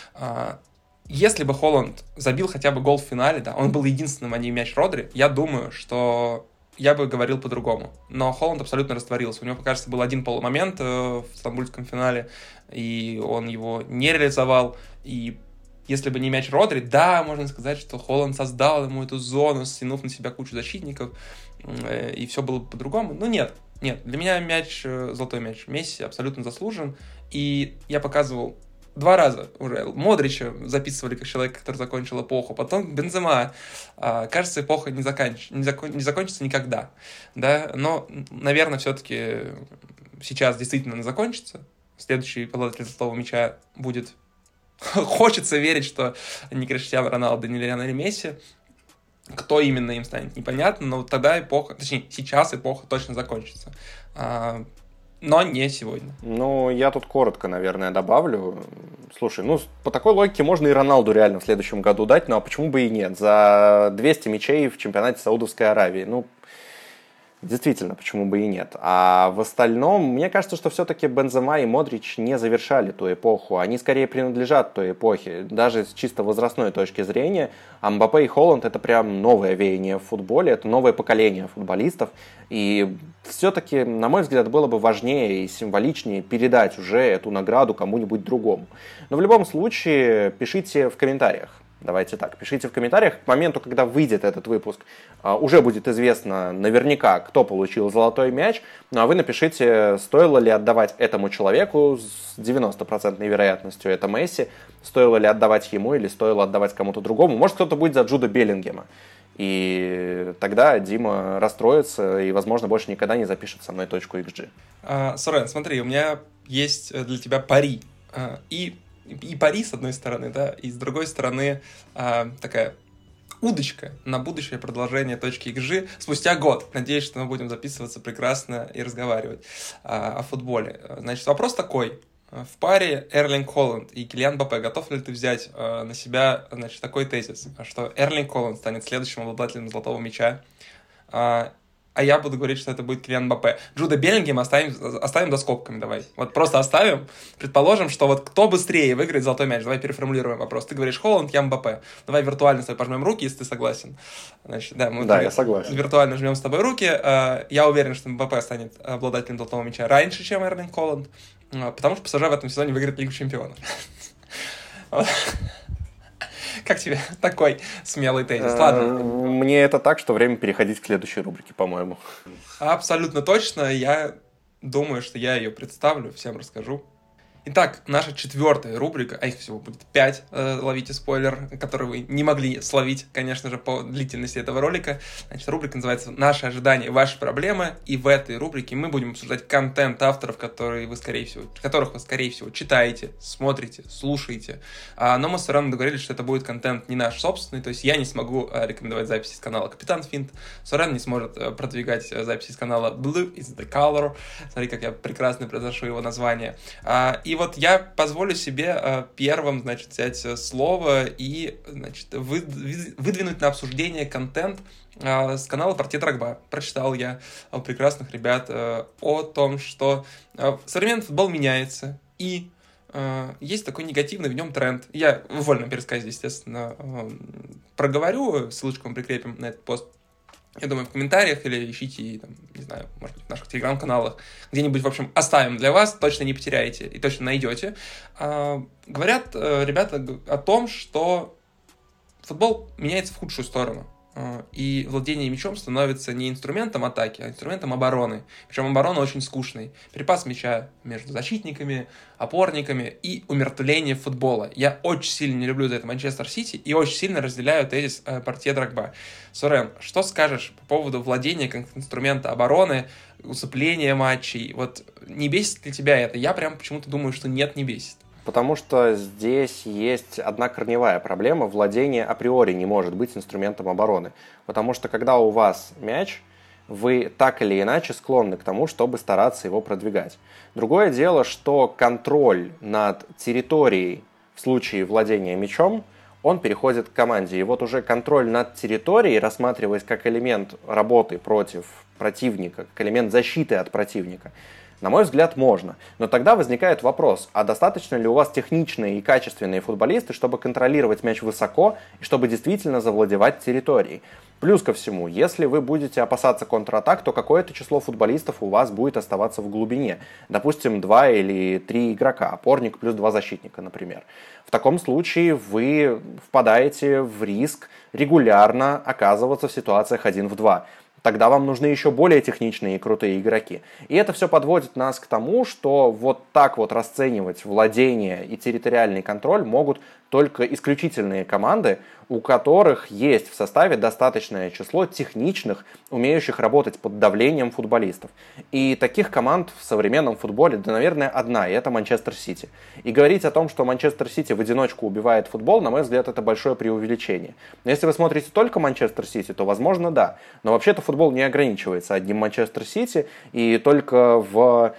Если бы Холланд забил хотя бы гол в финале, да, он был единственным, а не мяч Родри, я думаю, что я бы говорил по-другому. Но Холланд абсолютно растворился. У него, кажется, был один полумомент в стамбульском финале, и он его не реализовал. И если бы не мяч Родри, да, можно сказать, что Холланд создал ему эту зону, стянув на себя кучу защитников, и все было бы по-другому. Но нет. Для меня золотой мяч Месси абсолютно заслужен. И я показывал 2 раза уже Модрича записывали как человека, который закончил эпоху, потом Бензема. Кажется, эпоха не закончится никогда. Да? Но, наверное, все-таки сейчас действительно она закончится. Следующий обладатель золотого мяча будет... Хочется верить, что не Криштиану Роналду, не Лионель Месси. Кто именно им станет, непонятно, но тогда сейчас эпоха точно закончится. Но не сегодня. Я тут коротко, наверное, добавлю. Слушай, по такой логике можно и Роналду реально в следующем году дать, а почему бы и нет? За 200 мячей в чемпионате Саудовской Аравии. Действительно, почему бы и нет. А в остальном, мне кажется, что все-таки Бензема и Модрич не завершали ту эпоху. Они скорее принадлежат той эпохе. Даже с чисто возрастной точки зрения, Мбаппе и Холланд — это прям новое веяние в футболе, это новое поколение футболистов. И все-таки, на мой взгляд, было бы важнее и символичнее передать уже эту награду кому-нибудь другому. Но в любом случае, пишите в комментариях. Давайте так, пишите в комментариях. К моменту, когда выйдет этот выпуск, уже будет известно наверняка, кто получил золотой мяч. Ну а вы напишите, стоило ли отдавать этому человеку с 90% вероятностью, это Месси, стоило ли отдавать ему или стоило отдавать кому-то другому. Может, кто-то будет за Джуда Беллингема. И тогда Дима расстроится и, возможно, больше никогда не запишет со мной точку XG. Сорен, смотри, у меня есть для тебя пари. И пари, с одной стороны, да, и с другой стороны такая удочка на будущее продолжение точки XG спустя год. Надеюсь, что мы будем записываться прекрасно и разговаривать о футболе. Значит, вопрос такой. В паре Эрлинг Холланд и Килиан Мбаппе готов ли ты взять на себя, значит, такой тезис, что Эрлинг Холланд станет следующим обладателем золотого мяча, а я буду говорить, что это будет Килиан Мбаппе. Джуда Беллингема оставим за скобками, давай. Вот просто оставим. Предположим, что вот кто быстрее выиграет золотой мяч. Давай переформулируем вопрос. Ты говоришь Холланд, я Мбаппе. Давай виртуально с тобой пожмем руки, если ты согласен. Значит, да, я согласен. Виртуально жмем с тобой руки. Я уверен, что Мбаппе станет обладателем золотого мяча раньше, чем Эрлинг Холланд. Потому что ПСЖ в этом сезоне выиграет Лигу чемпионов. Как тебе такой смелый тезис? Ладно. Мне это так, что время переходить к следующей рубрике, по-моему. Абсолютно точно. Я думаю, что я ее представлю, всем расскажу. Итак, наша 4-я рубрика, а их всего будет 5, ловите спойлер, который вы не могли словить, конечно же, по длительности этого ролика. Значит, рубрика называется «Наши ожидания, ваши проблемы», и в этой рубрике мы будем обсуждать контент авторов, которых вы, скорее всего, читаете, смотрите, слушаете. Но мы с Сораном договорились, что это будет контент не наш собственный, то есть я не смогу рекомендовать записи с канала Капитан Финт, Соран не сможет продвигать записи с канала Blue is the Color, смотри, как я прекрасно произношу его название. И вот я позволю себе первым, значит, взять слово и, значит, выдвинуть на обсуждение контент с канала «Партия Дрогба». Прочитал я у прекрасных ребят о том, что современный футбол меняется, и есть такой негативный в нем тренд. Я в вольном пересказе, естественно, проговорю, ссылочку мы прикрепим на этот пост. Я думаю, в комментариях или ищите, там, не знаю, может быть, в наших телеграм-каналах, где-нибудь, в общем, оставим для вас, точно не потеряете и точно найдете. Говорят ребята о том, что футбол меняется в худшую сторону. И владение мячом становится не инструментом атаки, а инструментом обороны. Причем оборона очень скучной. Перепас мяча между защитниками, опорниками и умертвление футбола. Я очень сильно не люблю за это Манчестер Сити и очень сильно разделяю тезис Партия Дрогба. Сорен, что скажешь по поводу владения как инструмента обороны, усыпления матчей? Вот не бесит ли тебя это? Я прям почему-то думаю, что нет, не бесит. Потому что здесь есть одна корневая проблема. Владение априори не может быть инструментом обороны. Потому что когда у вас мяч, вы так или иначе склонны к тому, чтобы стараться его продвигать. Другое дело, что контроль над территорией в случае владения мячом, он переходит к команде. И вот уже контроль над территорией, рассматриваясь как элемент работы против противника, как элемент защиты от противника, на мой взгляд, можно. Но тогда возникает вопрос, а достаточно ли у вас техничные и качественные футболисты, чтобы контролировать мяч высоко и чтобы действительно завладевать территорией? Плюс ко всему, если вы будете опасаться контратак, то какое-то число футболистов у вас будет оставаться в глубине. Допустим, 2 или 3 игрока, опорник плюс 2 защитника, например. В таком случае вы впадаете в риск регулярно оказываться в ситуациях 1 в 2. Тогда вам нужны еще более техничные и крутые игроки. И это все подводит нас к тому, что вот так вот расценивать владение и территориальный контроль могут только исключительные команды, у которых есть в составе достаточное число техничных, умеющих работать под давлением футболистов. И таких команд в современном футболе, да, наверное, одна, и это Манчестер Сити. И говорить о том, что Манчестер Сити в одиночку убивает футбол, на мой взгляд, это большое преувеличение. Но если вы смотрите только Манчестер Сити, то, возможно, да. Но вообще-то футбол не ограничивается одним Манчестер Сити, и только в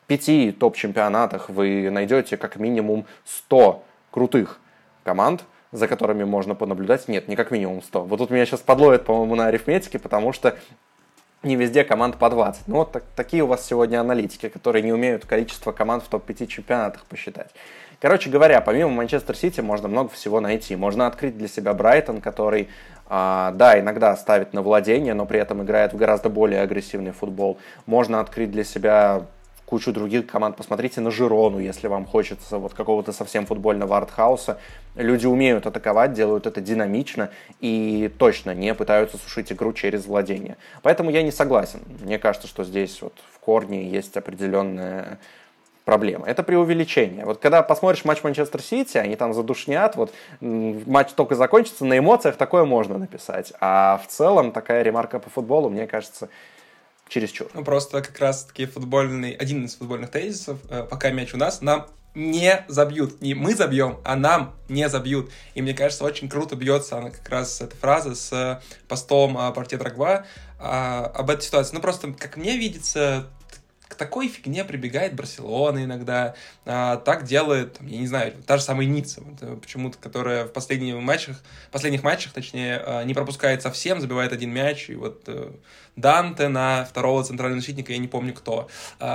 5 топ-чемпионатах вы найдете как минимум 100 крутых команд, за которыми можно понаблюдать. Нет, не как минимум 100. Вот тут меня сейчас подловят, по-моему, на арифметике, потому что не везде команд по 20. Ну, вот такие у вас сегодня аналитики, которые не умеют количество команд в топ-5 чемпионатах посчитать. Короче говоря, помимо Манчестер Сити можно много всего найти. Можно открыть для себя Брайтон, который, да, иногда ставит на владение, но при этом играет в гораздо более агрессивный футбол. Можно открыть для себя кучу других команд. Посмотрите на Жирону, если вам хочется вот какого-то совсем футбольного артхауса. Люди умеют атаковать, делают это динамично и точно не пытаются сушить игру через владение. Поэтому я не согласен. Мне кажется, что здесь вот в корне есть определенная проблема. Это преувеличение. Вот когда посмотришь матч Манчестер Сити, они там задушнят, вот матч только закончится, на эмоциях такое можно написать. А в целом такая ремарка по футболу, мне кажется, чересчур. Ну, просто как раз-таки один из футбольных тезисов, пока мяч у нас, нам не забьют. Не мы забьем, а нам не забьют. И мне кажется, очень круто бьется она как раз эта фраза с постом Партия Дрогба об этой ситуации. Ну, просто, как мне видится, к такой фигне прибегает Барселона иногда, так делает, я не знаю, та же самая Ницца, почему-то, которая в последних матчах, точнее, не пропускает совсем, забивает один мяч, и вот Данте на второго центрального защитника, я не помню кто.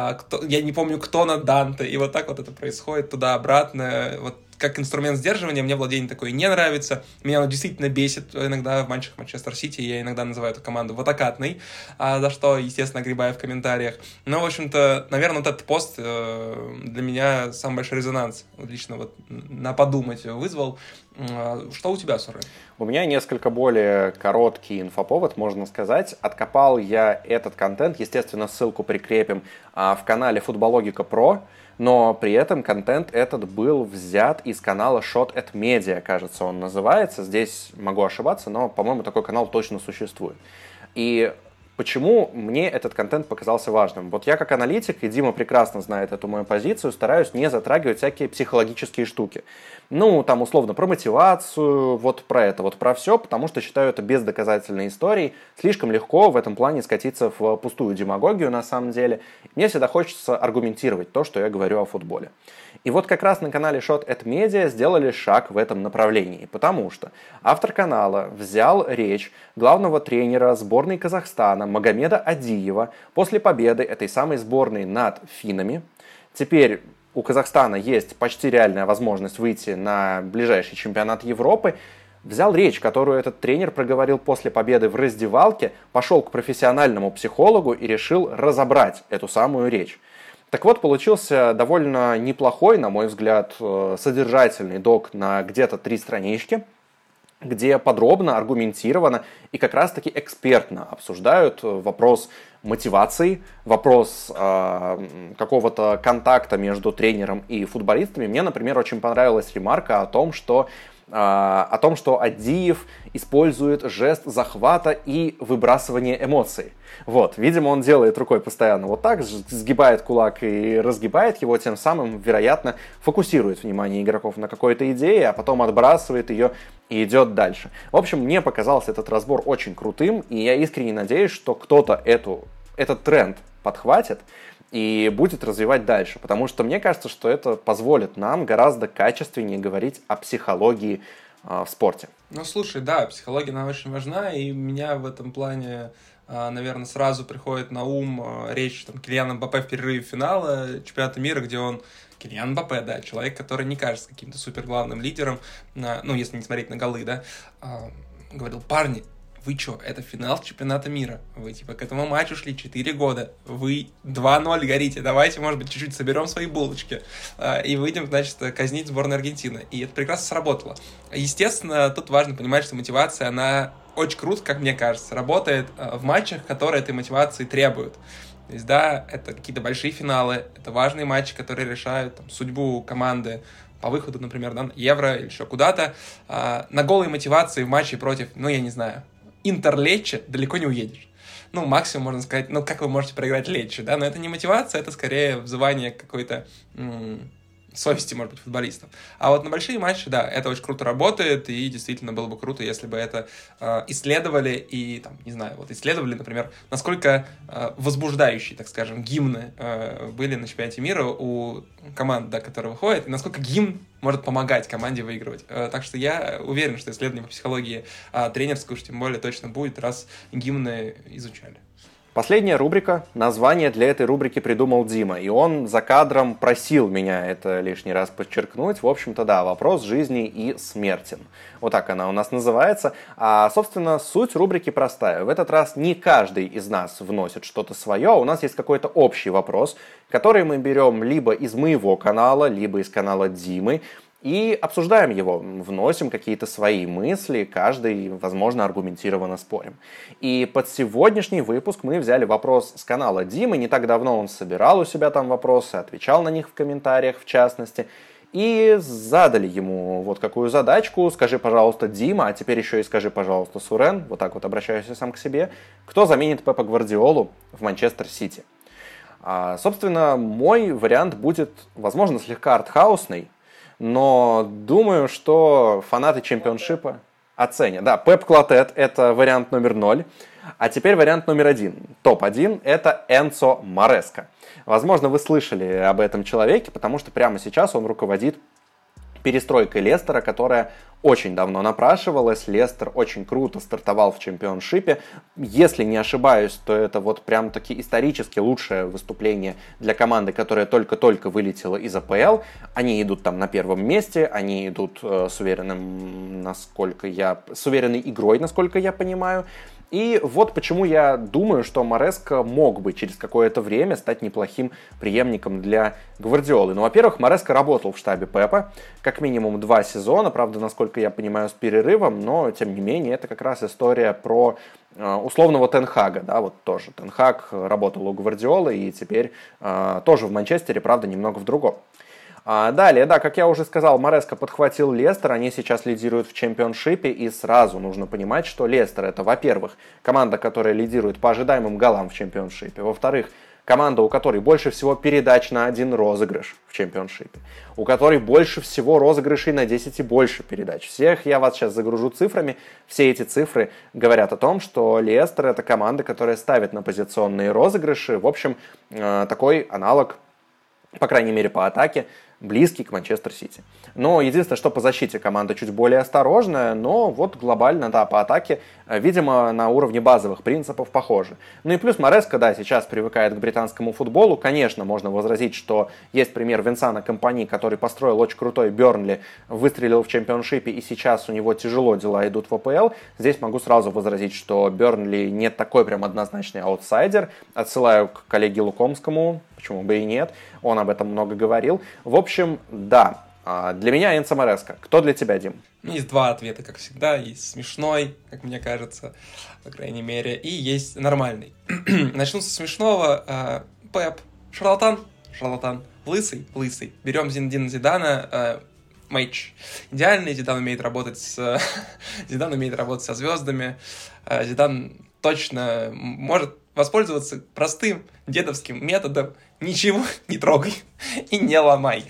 Я не помню, кто на Данте, и вот так вот это происходит туда-обратно, вот как инструмент сдерживания мне владение такое не нравится. Меня оно действительно бесит иногда в матчах Манчестер Сити. Я иногда называю эту команду водокатной, за что, естественно, огребаю в комментариях. Но, в общем-то, наверное, вот этот пост для меня самый большой резонанс. Лично вот на подумать вызвал. Что у тебя, Сурен? У меня несколько более короткий инфоповод, можно сказать. Откопал я этот контент, естественно, ссылку прикрепим в канале Футбологика Про. Но при этом контент этот был взят из канала Shot at Media, кажется, он называется. Здесь могу ошибаться, но, по-моему, такой канал точно существует. И почему мне этот контент показался важным? Вот я как аналитик, и Дима прекрасно знает эту мою позицию, стараюсь не затрагивать всякие психологические штуки. Ну, там, условно, про мотивацию, вот про это, вот про все, потому что считаю это бездоказательной историей. Слишком легко в этом плане скатиться в пустую демагогию, на самом деле. Мне всегда хочется аргументировать то, что я говорю о футболе. И вот как раз на канале Shot at Media сделали шаг в этом направлении, потому что автор канала взял речь главного тренера сборной Казахстана Магомеда Адиева после победы этой самой сборной над финнами. Теперь у Казахстана есть почти реальная возможность выйти на ближайший чемпионат Европы. Взял речь, которую этот тренер проговорил после победы в раздевалке, пошел к профессиональному психологу и решил разобрать эту самую речь. Так вот, получился довольно неплохой, на мой взгляд, содержательный док на где-то 3 странички, где подробно, аргументированно и как раз-таки экспертно обсуждают вопрос мотивации, вопрос какого-то контакта между тренером и футболистами. Мне, например, очень понравилась ремарка о том, что Адиев использует жест захвата и выбрасывания эмоций. Вот, видимо, он делает рукой постоянно вот так, сгибает кулак и разгибает его, тем самым, вероятно, фокусирует внимание игроков на какой-то идее, а потом отбрасывает ее и идет дальше. В общем, мне показался этот разбор очень крутым, и я искренне надеюсь, что кто-то этот тренд подхватит и будет развивать дальше, потому что мне кажется, что это позволит нам гораздо качественнее говорить о психологии в спорте. Ну, слушай, да, психология нам очень важна, и меня в этом плане, наверное, сразу приходит на ум речь Килиана Мбаппе в перерыве финала чемпионата мира, где он Килиан Мбаппе, да, человек, который не кажется каким-то супер главным лидером, ну, если не смотреть на голы, да, говорил: парни, вы что, это финал чемпионата мира. Вы, к этому матчу шли 4 года. Вы 2-0 горите. Давайте, может быть, чуть-чуть соберем свои булочки и выйдем, значит, казнить сборную Аргентины. И это прекрасно сработало. Естественно, тут важно понимать, что мотивация, она очень круто, как мне кажется, работает в матчах, которые этой мотивации требуют. То есть, да, это какие-то большие финалы, это важные матчи, которые решают судьбу команды по выходу, например, на Евро или еще куда-то. На голой мотивации в матче против, я не знаю, Интер-Лечче далеко не уедешь. Ну, максимум можно сказать, как вы можете проиграть Лечче, да, но это не мотивация, это скорее взывание какой-то совести, может быть, футболистов. А вот на большие матчи, да, это очень круто работает, и действительно было бы круто, если бы это исследовали и, исследовали, например, насколько возбуждающие, так скажем, гимны были на чемпионате мира у команд, да, которые выходят, и насколько гимн может помогать команде выигрывать. Так что я уверен, что исследование по психологии тренерского уж тем более точно будет, раз гимны изучали. Последняя рубрика. Название для этой рубрики придумал Дима. И он за кадром просил меня это лишний раз подчеркнуть. В общем-то, да, вопрос жизни и смертен. Вот так она у нас называется. А, собственно, суть рубрики простая. В этот раз не каждый из нас вносит что-то свое. У нас есть какой-то общий вопрос, который мы берем либо из моего канала, либо из канала Димы. И обсуждаем его, вносим какие-то свои мысли, каждый, возможно, аргументированно спорим. И под сегодняшний выпуск мы взяли вопрос с канала Димы. Не так давно он собирал у себя там вопросы, отвечал на них в комментариях, в частности. И задали ему вот какую задачку. Скажи, пожалуйста, Дима, а теперь еще и скажи, пожалуйста, Сурен. Вот так вот обращаюсь я сам к себе. Кто заменит Пепа Гвардиолу в Манчестер Сити? Собственно, мой вариант будет, возможно, слегка артхаусный. Но думаю, что фанаты чемпионшипа оценят. Да, Пеп Клотет – это вариант номер 0. А теперь вариант номер 1. Топ-1 – это Энцо Мареска. Возможно, вы слышали об этом человеке, потому что прямо сейчас он руководит перестройкой Лестера, которая очень давно напрашивалась. Лестер очень круто стартовал в чемпионшипе. Если не ошибаюсь, то это вот прям таки исторически лучшее выступление для команды, которая только-только вылетела из АПЛ. Они идут там на первом месте, они идут с уверенной игрой, насколько я понимаю. И вот почему я думаю, что Мареска мог бы через какое-то время стать неплохим преемником для Гвардиолы. Ну, во-первых, Мареска работал в штабе Пепа как минимум 2 сезона, правда, насколько я понимаю, с перерывом, но, тем не менее, это как раз история про условного Тен Хага, да, вот тоже. Тен Хаг работал у Гвардиолы и теперь тоже в Манчестере, правда, немного в другом. Далее, да, как я уже сказал, Мареска подхватил Лестер, они сейчас лидируют в чемпионшипе, и сразу нужно понимать, что Лестер это, во-первых, команда, которая лидирует по ожидаемым голам в чемпионшипе, во-вторых, команда, у которой больше всего передач на 1 розыгрыш в чемпионшипе, у которой больше всего розыгрышей на 10 и больше передач. Всех я вас сейчас загружу цифрами, все эти цифры говорят о том, что Лестер это команда, которая ставит на позиционные розыгрыши, в общем, такой аналог, по крайней мере по атаке, близкий к Манчестер Сити. Но единственное, что по защите команда чуть более осторожная, но вот глобально, да, по атаке, видимо, на уровне базовых принципов похоже. Ну и плюс Мареска, да, сейчас привыкает к британскому футболу. Конечно, можно возразить, что есть пример Винсана Компани, который построил очень крутой Бернли, выстрелил в чемпионшипе, и сейчас у него тяжело дела идут в АПЛ. Здесь могу сразу возразить, что Бернли не такой прям однозначный аутсайдер. Отсылаю к коллеге Лукомскому, почему бы и нет, он об этом много говорил. В общем, да, для меня Энцо Мареска. Кто для тебя, Дим? Есть 2 ответа, как всегда. Есть смешной, как мне кажется, по крайней мере, и есть нормальный. Начну со смешного. Пеп. Шарлатан. Лысый. Берем Зинедина Зидана. Мэйч. Идеальный. Зидан умеет работать со звездами. Зидан точно может воспользоваться простым дедовским методом: ничего не трогай и не ломай.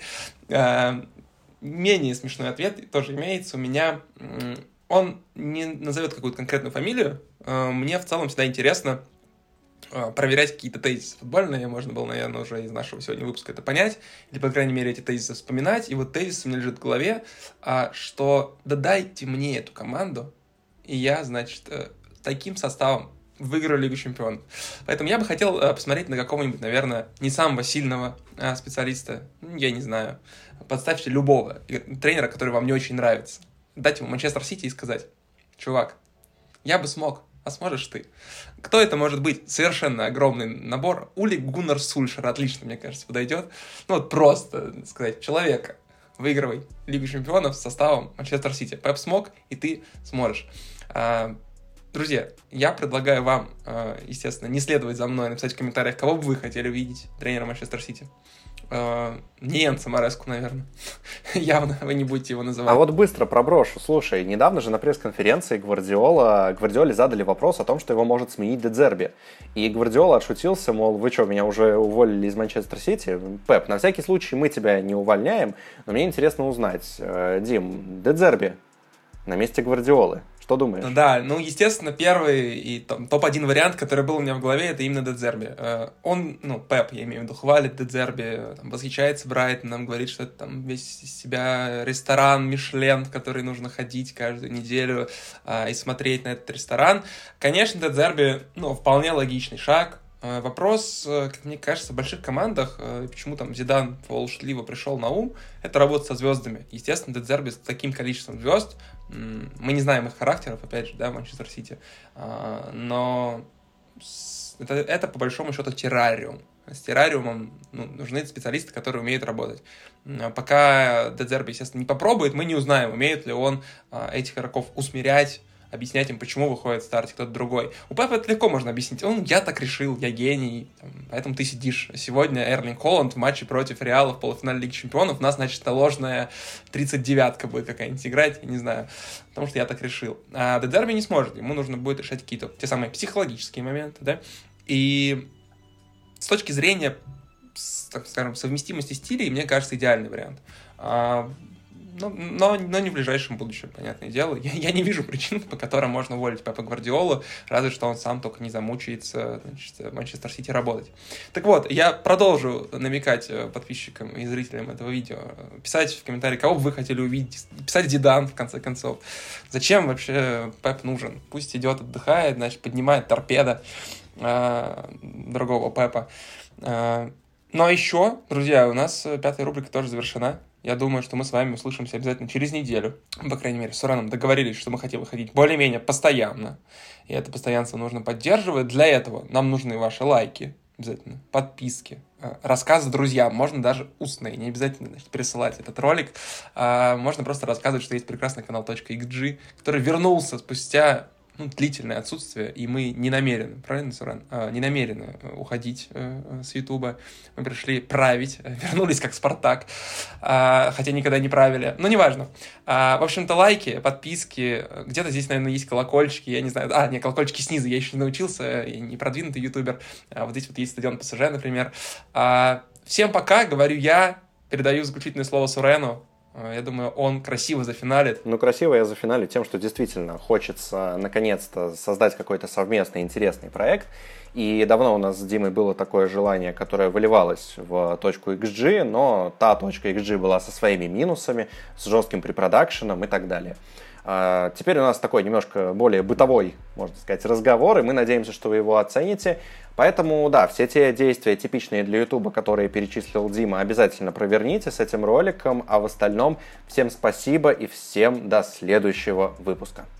Менее смешной ответ тоже имеется у меня. Он не назовет какую-то конкретную фамилию. Мне в целом всегда интересно проверять какие-то тезисы футбольные. Можно было, наверное, уже из нашего сегодня выпуска это понять. Или, по крайней мере, эти тезисы вспоминать. И вот тезис у меня лежит в голове, что да дайте мне эту команду, и я, значит, таким составом выиграю Лигу Чемпионов. Поэтому я бы хотел посмотреть на какого-нибудь, наверное, не самого сильного специалиста, я не знаю. Подставьте любого тренера, который вам не очень нравится. Дать ему Манчестер Сити и сказать: чувак, я бы смог, а сможешь ты? Кто это может быть? Совершенно огромный набор. Ули Гуннар Сульшер отлично, мне кажется, подойдет. Ну вот просто сказать: человека, выигрывай Лигу Чемпионов с составом Манчестер Сити. Пеп смог, и ты сможешь. Друзья, я предлагаю вам, естественно, не следовать за мной, написать в комментариях, кого бы вы хотели увидеть тренера Манчестер Сити. Не Энцо Мареску, наверное. Явно вы не будете его называть. А вот быстро проброшу. Слушай, недавно же на пресс-конференции Гвардиоле задали вопрос о том, что его может сменить Де Зерби. И Гвардиола отшутился, мол, вы что, меня уже уволили из Манчестер Сити? Пеп, на всякий случай мы тебя не увольняем, но мне интересно узнать, Дим, Де Зерби на месте Гвардиолы. Что думаешь? Да, ну, естественно, первый и топ-1 вариант, который был у меня в голове, это именно Де Зерби. Он, Пеп, я имею в виду, хвалит Де Зерби, восхищается Брайтоном, говорит, что это там весь из себя ресторан Мишлен, в который нужно ходить каждую неделю и смотреть на этот ресторан. Конечно, Де Зерби, вполне логичный шаг. Вопрос, как мне кажется, в больших командах, почему там Зидан волшебливо пришел на ум, это работа со звездами. Естественно, Де Зерби с таким количеством звезд, мы не знаем их характеров, опять же, да, в Манчестер Сити, но это по большому счету террариум. С террариумом нужны специалисты, которые умеют работать. Пока Де Зерби, естественно, не попробует, мы не узнаем, умеет ли он этих игроков усмирять, объяснять им, почему выходит в старте кто-то другой. У Пепа это легко можно объяснить. Я так решил, я гений, поэтому ты сидишь. Сегодня Эрлинг Холланд в матче против Реала в полуфинале Лиги Чемпионов. У нас, значит, ложная 39-ка будет какая-нибудь играть, я не знаю, потому что я так решил. А Де Зерби не сможет, ему нужно будет решать какие-то те самые психологические моменты, да, и с точки зрения, так скажем, совместимости стилей, мне кажется, идеальный вариант. Но не в ближайшем будущем, понятное дело. Я не вижу причин, по которым можно уволить Пепа Гвардиолу, разве что он сам только не замучается, в Манчестер Сити работать. Так вот, я продолжу намекать подписчикам и зрителям этого видео, писать в комментарии, кого бы вы хотели увидеть, писать Зидан, в конце концов. Зачем вообще Пеп нужен? Пусть идет, отдыхает, значит, поднимает торпеда другого Пепа. Но еще, друзья, у нас 5-я рубрика тоже завершена. Я думаю, что мы с вами услышимся обязательно через неделю. По крайней мере, с Суреном договорились, что мы хотим выходить более-менее постоянно. И это постоянство нужно поддерживать. Для этого нам нужны ваши лайки, обязательно, подписки, рассказы друзьям. Можно даже устные, не обязательно, значит, присылать этот ролик. Можно просто рассказывать, что есть прекрасный канал .xg, который вернулся спустя длительное отсутствие, и мы не намерены, правильно, Сурен? Не намерены уходить с Ютуба. Мы пришли править, вернулись как Спартак, хотя никогда не правили. Но неважно. В общем-то, лайки, подписки, где-то здесь, наверное, есть колокольчики, я не знаю. Не, колокольчики снизу, я еще не научился, я не продвинутый ютубер. Вот здесь вот есть стадион ПСЖ, например. Всем пока, говорю я, передаю заключительное слово Сурену. Я думаю, он красиво зафиналит. Красиво я зафиналю тем, что действительно хочется наконец-то создать какой-то совместный интересный проект. И давно у нас с Димой было такое желание, которое выливалось в точку XG, но та точка XG была со своими минусами, с жестким препродакшеном и так далее. Теперь у нас такой немножко более бытовой, можно сказать, разговор, и мы надеемся, что вы его оцените. Поэтому, да, все те действия, типичные для Ютуба, которые перечислил Дима, обязательно проверните с этим роликом. А в остальном всем спасибо и всем до следующего выпуска.